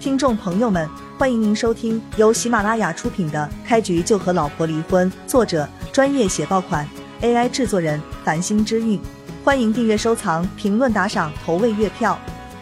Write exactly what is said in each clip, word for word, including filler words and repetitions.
听众朋友们，欢迎您收听由喜马拉雅出品的《开局就和老婆离婚》，作者专业写爆款 ，A I 制作人繁星之韵。欢迎订阅、收藏、评论、打赏、投喂月票。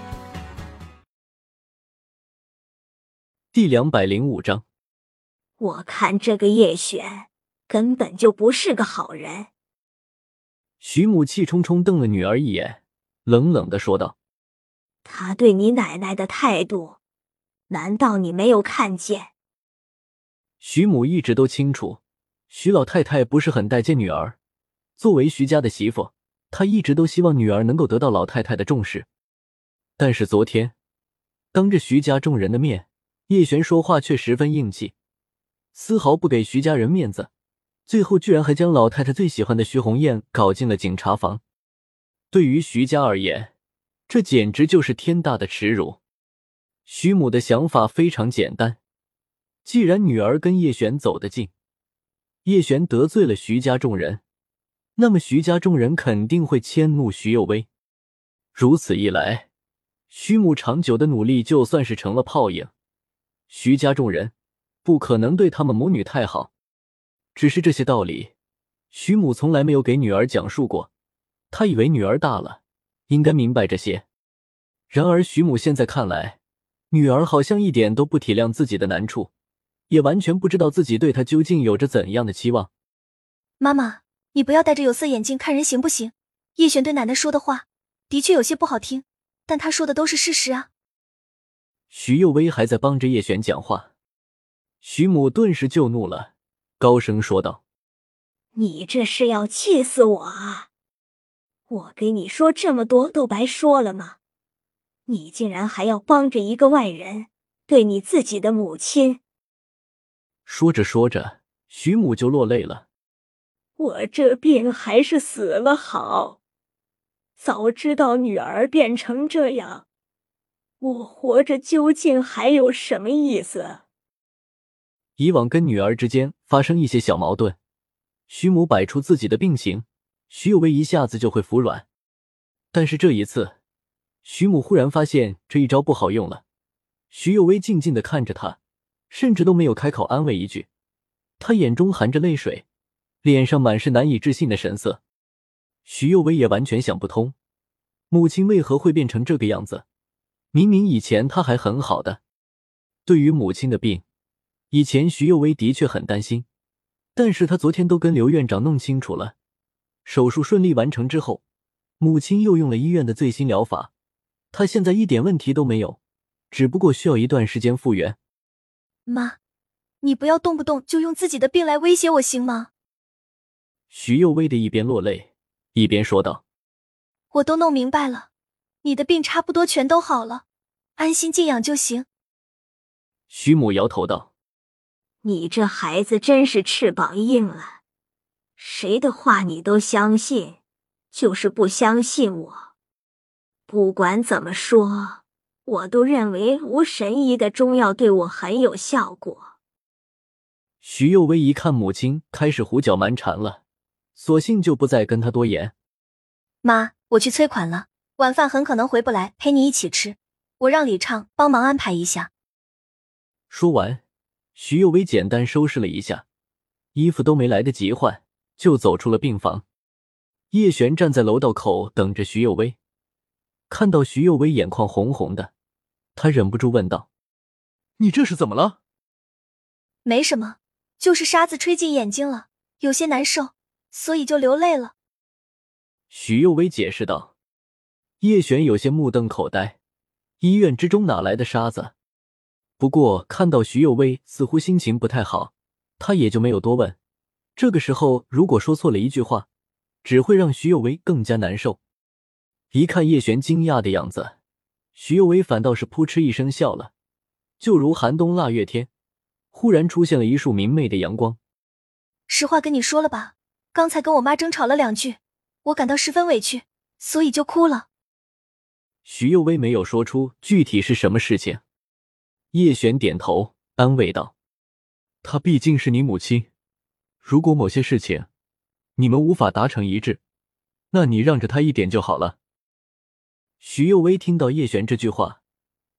第两百零五章， 我看这个叶璇根本就不是个好人。 徐母气冲冲瞪了女儿一眼，冷冷地说道： 他对你奶奶的态度，难道你没有看见？ 徐母一直都清楚，徐老太太不是很待见女儿，作为徐家的媳妇，她一直都希望女儿能够得到老太太的重视。但是昨天，当着徐家众人的面，叶璇说话却十分硬气，丝毫不给徐家人面子，最后居然还将老太太最喜欢的徐红艳搞进了警察房。对于徐家而言，这简直就是天大的耻辱。徐母的想法非常简单，既然女儿跟叶璇走得近，叶璇得罪了徐家众人，那么徐家众人肯定会迁怒徐有为。如此一来，徐母长久的努力就算是成了泡影，徐家众人不可能对他们母女太好。只是这些道理，徐母从来没有给女儿讲述过，她以为女儿大了，应该明白这些。然而徐母现在看来，女儿好像一点都不体谅自己的难处，也完全不知道自己对她究竟有着怎样的期望。 妈妈，你不要戴着有色眼镜看人行不行？叶璇对奶奶说的话，的确有些不好听，但她说的都是事实啊。 徐幼薇还在帮着叶璇讲话，徐母顿时就怒了，高声说道： 你这是要气死我啊！我给你说这么多都白说了吗？你竟然还要帮着一个外人对你自己的母亲。 说着说着，徐母就落泪了。 我这病还是死了好，早知道女儿变成这样，我活着究竟还有什么意思？ 以往跟女儿之间发生一些小矛盾，徐母摆出自己的病情，徐有为一下子就会服软。但是这一次，徐母忽然发现这一招不好用了。徐有为静静地看着她，甚至都没有开口安慰一句，他眼中含着泪水，脸上满是难以置信的神色。徐有为也完全想不通，母亲为何会变成这个样子，明明以前她还很好的。对于母亲的病，以前徐有为的确很担心，但是他昨天都跟刘院长弄清楚了，手术顺利完成之后，母亲又用了医院的最新疗法，他现在一点问题都没有，只不过需要一段时间复原。 妈，你不要动不动就用自己的病来威胁我行吗？ 徐幼薇的一边落泪，一边说道： 我都弄明白了，你的病差不多全都好了，安心静养就行。 徐母摇头道： 你这孩子真是翅膀硬了，谁的话你都相信，就是不相信我。不管怎么说，我都认为无神医的中药对我很有效果。 徐幼薇一看母亲开始胡搅蛮缠了，索性就不再跟她多言。 妈，我去催款了，晚饭很可能回不来陪你一起吃，我让李畅帮忙安排一下。 说完，徐幼薇简单收拾了一下，衣服都没来得及换，就走出了病房。叶璇站在楼道口等着徐幼薇，看到徐幼薇眼眶红红的，他忍不住问道：你这是怎么了？ 没什么，就是沙子吹进眼睛了，有些难受，所以就流泪了。 徐幼薇解释道。叶璇有些目瞪口呆，医院之中哪来的沙子？不过看到徐幼薇似乎心情不太好，他也就没有多问。这个时候如果说错了一句话，只会让徐幼薇更加难受。一看叶璇惊讶的样子，徐幼薇反倒是扑哧一声笑了，就如寒冬腊月天，忽然出现了一束明媚的阳光。 实话跟你说了吧，刚才跟我妈争吵了两句，我感到十分委屈，所以就哭了。 徐幼薇没有说出具体是什么事情。叶璇点头安慰道：她毕竟是你母亲，如果某些事情你们无法达成一致，那你让着她一点就好了。徐幼薇听到叶璇这句话，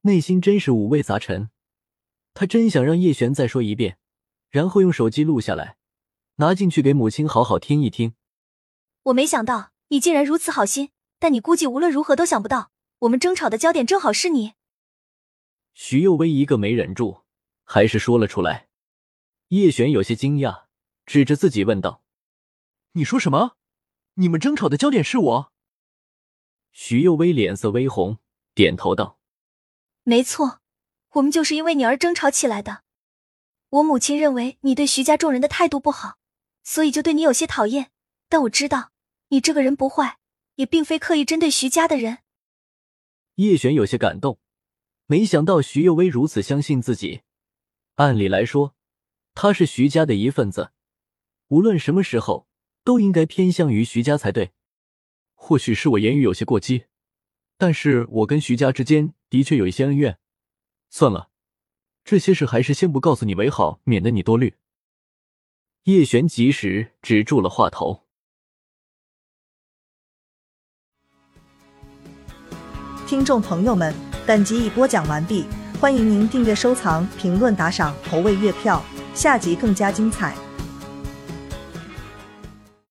内心真是五味杂陈。他真想让叶璇再说一遍，然后用手机录下来，拿进去给母亲好好听一听。 我没想到你竟然如此好心，但你估计无论如何都想不到，我们争吵的焦点正好是你。 徐幼薇一个没忍住，还是说了出来。叶璇有些惊讶，指着自己问道： 你说什么？你们争吵的焦点是我？ 徐幼薇脸色微红，点头道： 没错，我们就是因为你而争吵起来的。我母亲认为你对徐家众人的态度不好，所以就对你有些讨厌，但我知道你这个人不坏，也并非刻意针对徐家的人。 叶璇有些感动，没想到徐幼薇如此相信自己。按理来说，她是徐家的一份子，无论什么时候都应该偏向于徐家才对。或许是我言语有些过激，但是我跟徐家之间的确有一些恩怨。算了，这些事还是先不告诉你为好，免得你多虑。叶璇及时止住了话头。 听众朋友们，本集已播讲完毕，欢迎您订阅、收藏、评论、打赏、投喂月票，下集更加精彩。